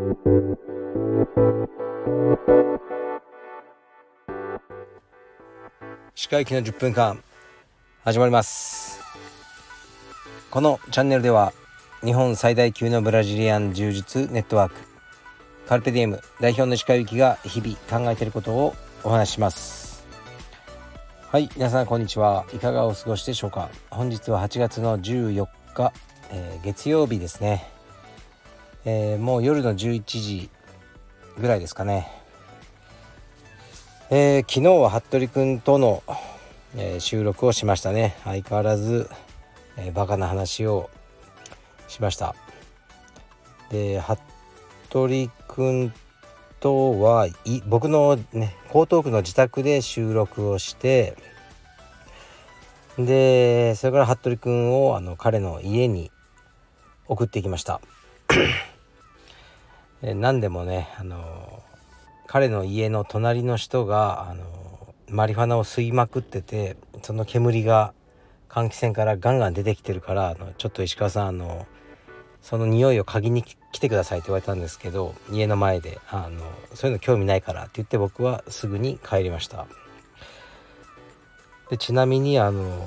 歯科医の10分間始まります。このチャンネルでは日本最大級のブラジリアン柔術ネットワークカルペディエム代表の歯科医が日々考えていることをお話しします。はい、皆さんこんにちは。いかがお過ごしでしょうか。本日は8月の14日、月曜日ですね。もう夜の11時ぐらいですかね。昨日は服部くんとの、収録をしましたね。相変わらず、バカな話をしました。で、服部くんとは僕のね江東区の自宅で収録をして、でそれから服部くんを彼の家に送ってきました。何でもね彼の家の隣の人がマリファナを吸いまくってて、その煙が換気扇からガンガン出てきてるからちょっと石川さんその匂いを嗅ぎに来てくださいって言われたんですけど、家の前でそういうの興味ないからって言って僕はすぐに帰りました。でちなみに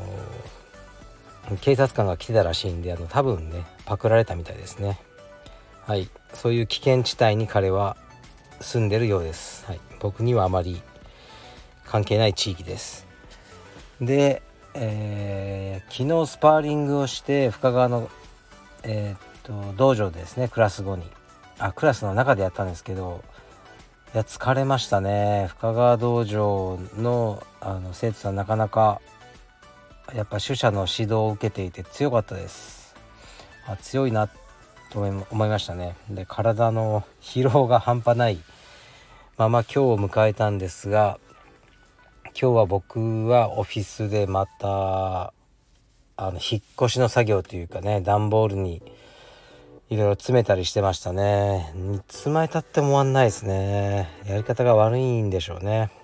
警察官が来てたらしいんで多分ねパクられたみたいですね。はい、そういう危険地帯に彼は住んでるようです。はい、僕にはあまり関係ない地域です。で、昨日スパーリングをして深川の道場でですね、クラス後にクラスの中でやったんですけど、疲れましたね。深川道場の生徒さんなかなかやっぱ主者の指導を受けていて強かったです。強いなと思いましたね。で体の疲労が半端ないまま今日を迎えたんですが、今日は僕はオフィスでまた引っ越しの作業というかね、段ボールにいろいろ詰めたりしてましたね。いつまでたっても終わんないですね。やり方が悪いんでしょうね。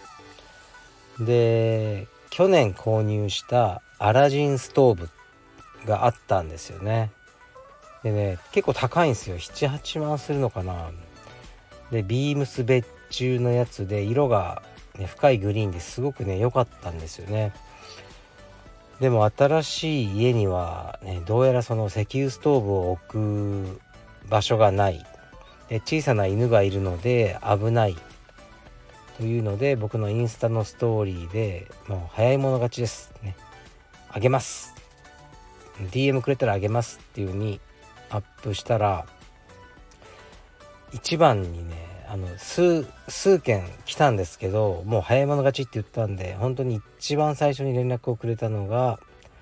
で去年購入したアラジンストーブがあったんですよね。でね結構高いんですよ。 7,8 万するのかな。でビームス別注のやつで色が、ね、深いグリーンですごくね良かったんですよね。でも新しい家には、ね、どうやらその石油ストーブを置く場所がない。で小さな犬がいるので危ないというので、僕のインスタのストーリーでもう早い者勝ちですね、あげます DM くれたらあげますっていう風にアップしたら、一番にね数件来たんですけど、もう早い者勝ちって言ったんで、本当に一番最初に連絡をくれたのが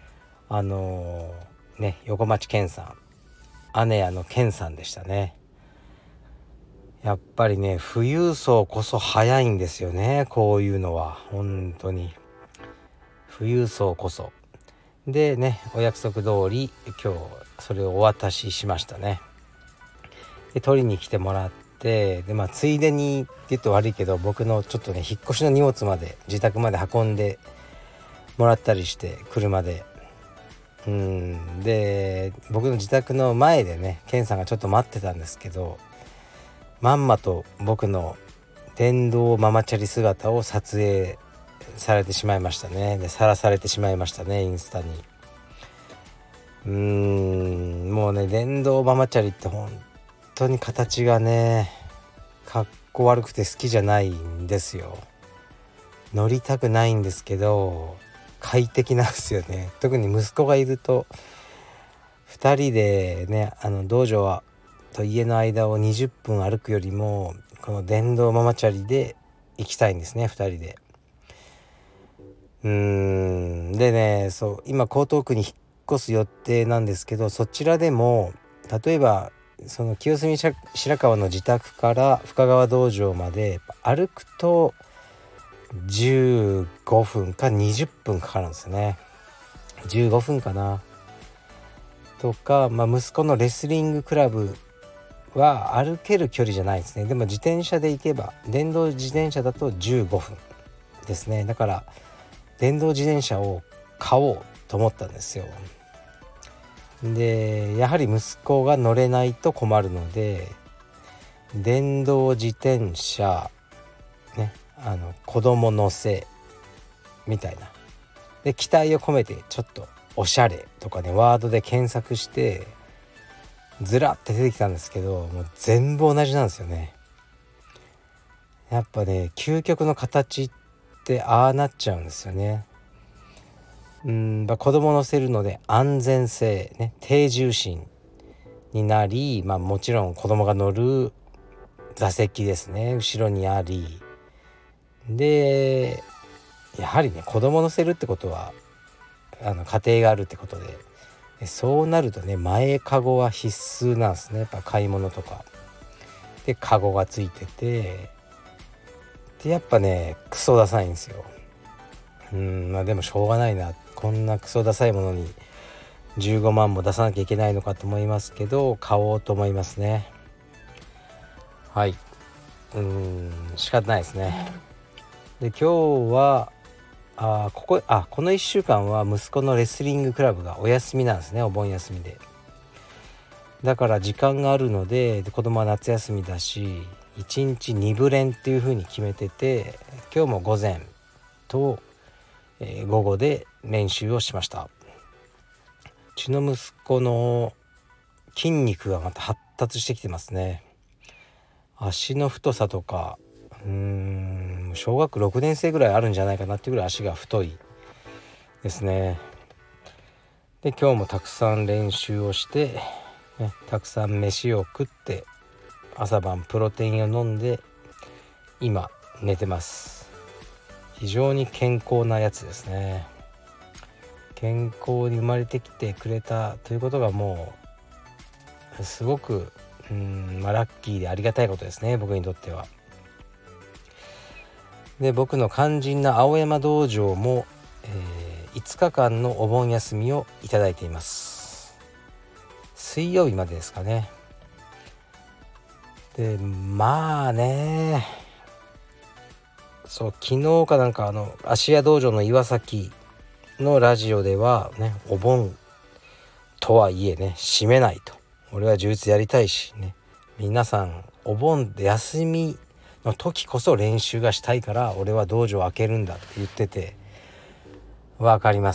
横町健さん、姉屋の健さんでしたね。やっぱりね富裕層こそ早いんですよね。こういうのは本当に富裕層こそでね、お約束通り今日それをお渡ししましたね。で取りに来てもらって、でついでにって言うと悪いけど、僕のちょっとね引っ越しの荷物まで自宅まで運んでもらったりして、車でで僕の自宅の前でねケンさんがちょっと待ってたんですけど、まんまと僕の電動ママチャリ姿を撮影されてしまいましたね。で晒されてしまいましたね、インスタに。もうね電動ママチャリって本当に形がねかっこ悪くて好きじゃないんですよ。乗りたくないんですけど快適なんですよね。特に息子がいると2人でね道場と家の間を20分歩くよりもこの電動ママチャリで行きたいんですね、2人で。でね今江東区に引っ越す予定なんですけど、そちらでも例えばその清澄白河の自宅から深川道場まで歩くと15分か20分かかるんですよね。15分かなとか、息子のレスリングクラブは歩ける距離じゃないですね。でも自転車で行けば、電動自転車だと15分ですね。だから電動自転車を買おうと思ったんですよ。でやはり息子が乗れないと困るので、 電動自転車ね、子供乗せみたいなで期待を込めてちょっとおしゃれとかねワードで検索してずらって出てきたんですけど、もう全部同じなんですよね。やっぱね究極の形ってああなっちゃうんですよね。子供乗せるので安全性ね低重心になり、もちろん子供が乗る座席ですね後ろにありで、やはりね子供乗せるってことは家庭があるってことで、そうなるとね前かごは必須なんですね。やっぱ買い物とかでかごがついてて、でやっぱねクソダサいんですよ。でもしょうがないな、こんなクソダサいものに15万も出さなきゃいけないのかと思いますけど、買おうと思いますね。はい、仕方ないですね。で今日はこの1週間は息子のレスリングクラブがお休みなんですね。お盆休みで、だから時間があるので、子供は夏休みだし1日2部練っていう風に決めてて、今日も午前と、午後で練習をしました。うちの息子の筋肉がまた発達してきてますね。足の太さとか小学6年生ぐらいあるんじゃないかなっていうぐらい足が太いですね。で今日もたくさん練習をして、たくさん飯を食って朝晩プロテインを飲んで今寝てます。非常に健康なやつですね。健康に生まれてきてくれたということがもうすごくラッキーでありがたいことですね、僕にとっては。で僕の肝心な青山道場も、5日間のお盆休みをいただいています。水曜日までですかね。で昨日かなんか芦屋道場の岩崎のラジオではね、お盆とはいえね閉めないと、俺は充実やりたいしね、皆さんお盆で休みの時こそ練習がしたいから俺は道場を開けるんだって言ってて、わかります。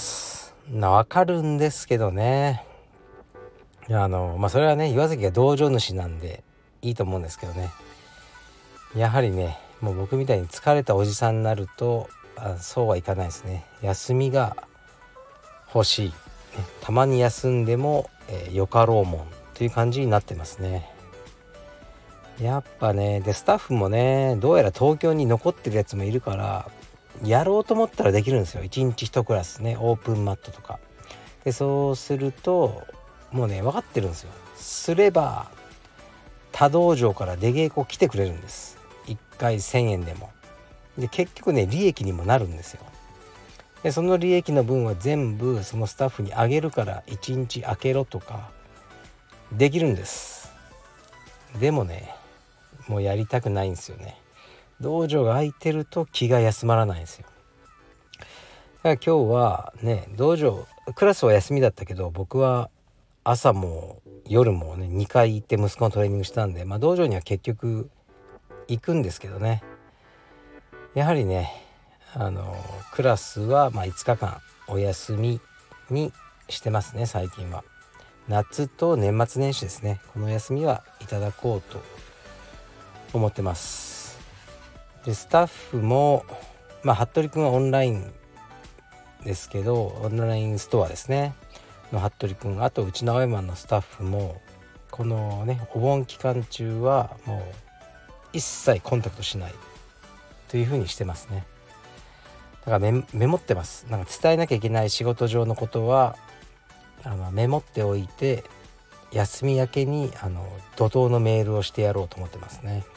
わかるんですけどね、それはね岩崎が道場主なんでいいと思うんですけどね、やはりねもう僕みたいに疲れたおじさんになるとそうはいかないですね。休みが欲しい、たまに休んでも、よかろうもんという感じになってますね。やっぱねでスタッフもねどうやら東京に残ってるやつもいるからやろうと思ったらできるんですよ。1日1クラスね、オープンマットとかで、そうするともうね分かってるんですよ。すれば他道場から出稽古来てくれるんです。1回1000円でも。で結局ね利益にもなるんですよ。でその利益の分は全部そのスタッフにあげるから1日空けろとかできるんです。でもねもうやりたくないんですよね。道場が空いてると気が休まらないんですよ。だから今日はね道場クラスは休みだったけど、僕は朝も夜もね2回行って息子のトレーニングしたんで、道場には結局行くんですけどね、やはりねクラスは5日間お休みにしてますね。最近は夏と年末年始ですね、この休みはいただこうと思ってます。でスタッフも服部くんはオンラインですけど、オンラインストアですねの服部くん、あとうちの青山のスタッフもこのねお盆期間中はもう一切コンタクトしないというふうにしてますね。だからメモってます。なんか伝えなきゃいけない仕事上のことはメモっておいて、休み明けに怒涛のメールをしてやろうと思ってますね。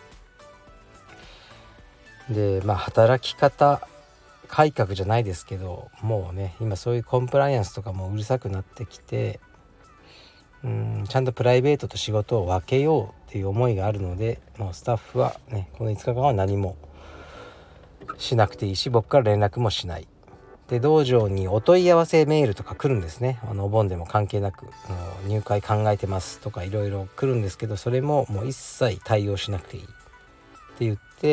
で働き方改革じゃないですけど、もうね今そういうコンプライアンスとかもうるさくなってきて、ちゃんとプライベートと仕事を分けようっていう思いがあるので、もうスタッフはねこの5日間は何もしなくていいし、僕から連絡もしないっで道場にお問い合わせメールとか来るんですね。お盆でも関係なく入会考えてますとかいろいろ来るんですけど、それももう一切対応しなくていいって言って、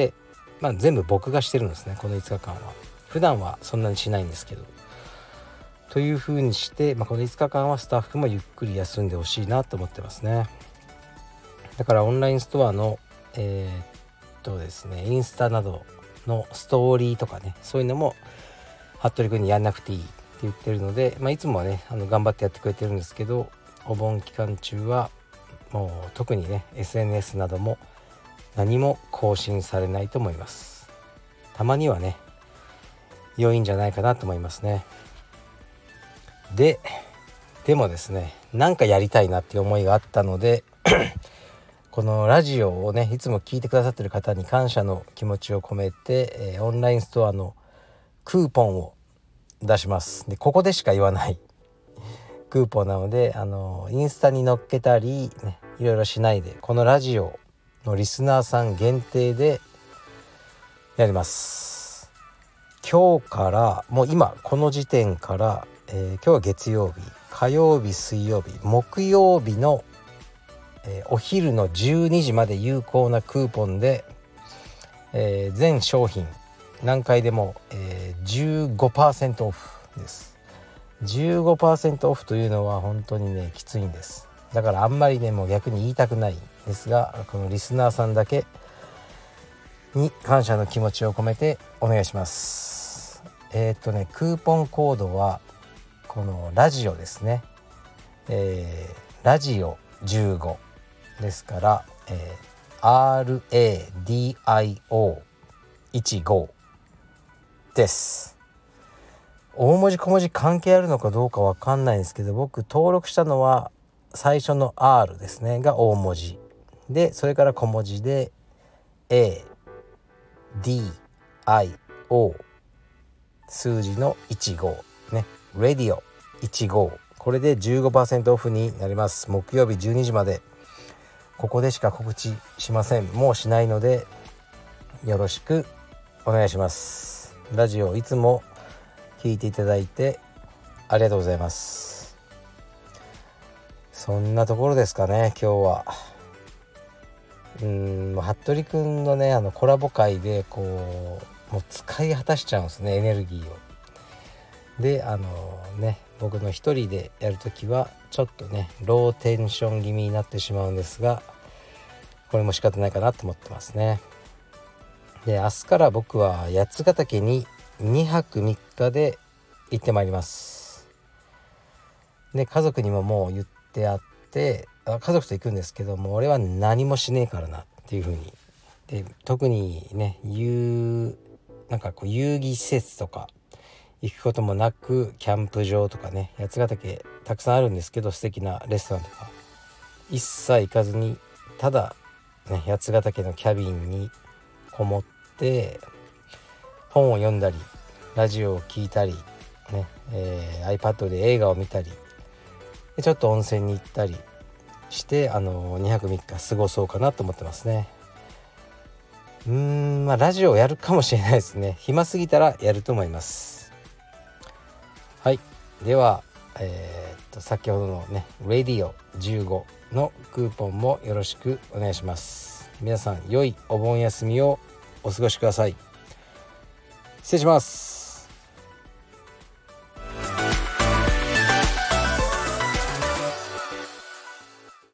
全部僕がしてるんですね、この5日間は。普段はそんなにしないんですけど、という風にして、この5日間はスタッフもゆっくり休んでほしいなと思ってますね。だからオンラインストアのですね、インスタなどのストーリーとかね、そういうのも服部君にやんなくていいって言ってるので、いつもはね頑張ってやってくれてるんですけど、お盆期間中はもう特にね SNS なども何も更新されないと思います。たまにはね良いんじゃないかなと思いますね。でもですね、なんかやりたいなっていう思いがあったのでこのラジオをねいつも聞いてくださってる方に感謝の気持ちを込めて、オンラインストアのクーポンを出します。でここでしか言わないクーポンなので、インスタに載っけたり、ね、いろいろしないで、このラジオのリスナーさん限定でやります。今日からもう今この時点から、今日は月曜日、火曜日、水曜日、木曜日の、お昼の12時まで有効なクーポンで、全商品何回でも、15% オフです。15% オフというのは本当にねきついんです。だからあんまりねもう逆に言いたくないんですが、このリスナーさんだけに感謝の気持ちを込めてお願いします。クーポンコードはこのラジオですね、ラジオ15ですから、RADIO15 です。大文字小文字関係あるのかどうかわかんないんですけど、僕登録したのは最初の R ですねが大文字で、それから小文字で ADIO 数字の15ね、Radio 15、これで 15% オフになります。木曜日12時まで、ここでしか告知しません。もうしないのでよろしくお願いします。ラジオいつも聞いていただいてありがとうございます。そんなところですかね今日は。服部くんのねコラボ会でもう使い果たしちゃうんですね、エネルギーを。で僕の一人でやるときはちょっとねローテンション気味になってしまうんですが、これも仕方ないかなと思ってますね。で明日から僕は八ヶ岳に2泊3日で行ってまいります。で家族にももう言ってあって、家族と行くんですけども、俺は何もしねえからなっていう風に。で特にね遊戯施設とか行くこともなく、キャンプ場とかね八ヶ岳たくさんあるんですけど、素敵なレストランとか一切行かずに、ただね八ヶ岳のキャビンにこもって本を読んだりラジオを聞いたりね、iPad で映画を見たりでちょっと温泉に行ったりして2泊3日過ごそうかなと思ってますね。ラジオやるかもしれないですね。暇すぎたらやると思います。はい、では先ほどのね Radio15 のクーポンもよろしくお願いします。皆さん良いお盆休みをお過ごしください。失礼します。